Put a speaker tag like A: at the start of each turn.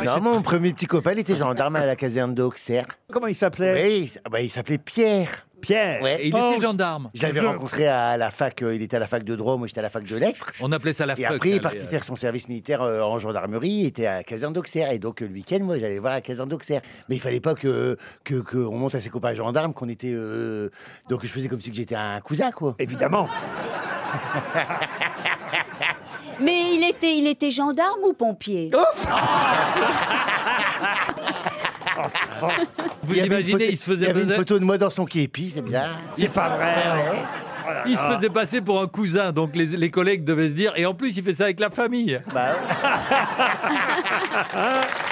A: Non, mon premier petit copain, il était gendarme à la caserne d'Auxerre.
B: Comment il s'appelait?
A: Oui, il s'appelait Pierre.
B: Pierre.
A: Ouais.
C: Et il était gendarme.
A: Je l'avais rencontré à la fac, il était à la fac de droit, moi j'étais à la fac de lettres.
C: On appelait ça la
A: Et
C: fuck.
A: après, il est
C: allez,
A: parti faire son service militaire en gendarmerie, il était à la caserne d'Auxerre. Et donc, le week-end, moi, j'allais voir la caserne d'Auxerre. Mais il fallait pas qu'on monte à ses copains gendarmes, qu'on était. Donc, je faisais comme si que j'étais un cousin, quoi.
B: Évidemment.
D: Mais il était gendarme ou pompier?
C: Vous
A: Il y avait
C: imaginez, il
A: il y avait une
C: faisait,
A: photo de moi dans son képi, c'est bien.
B: C'est pas vrai.
A: Ouais.
C: il se faisait passer pour un cousin, donc les collègues devaient se dire, et en plus il fait ça avec la famille.
A: Bah, ouais.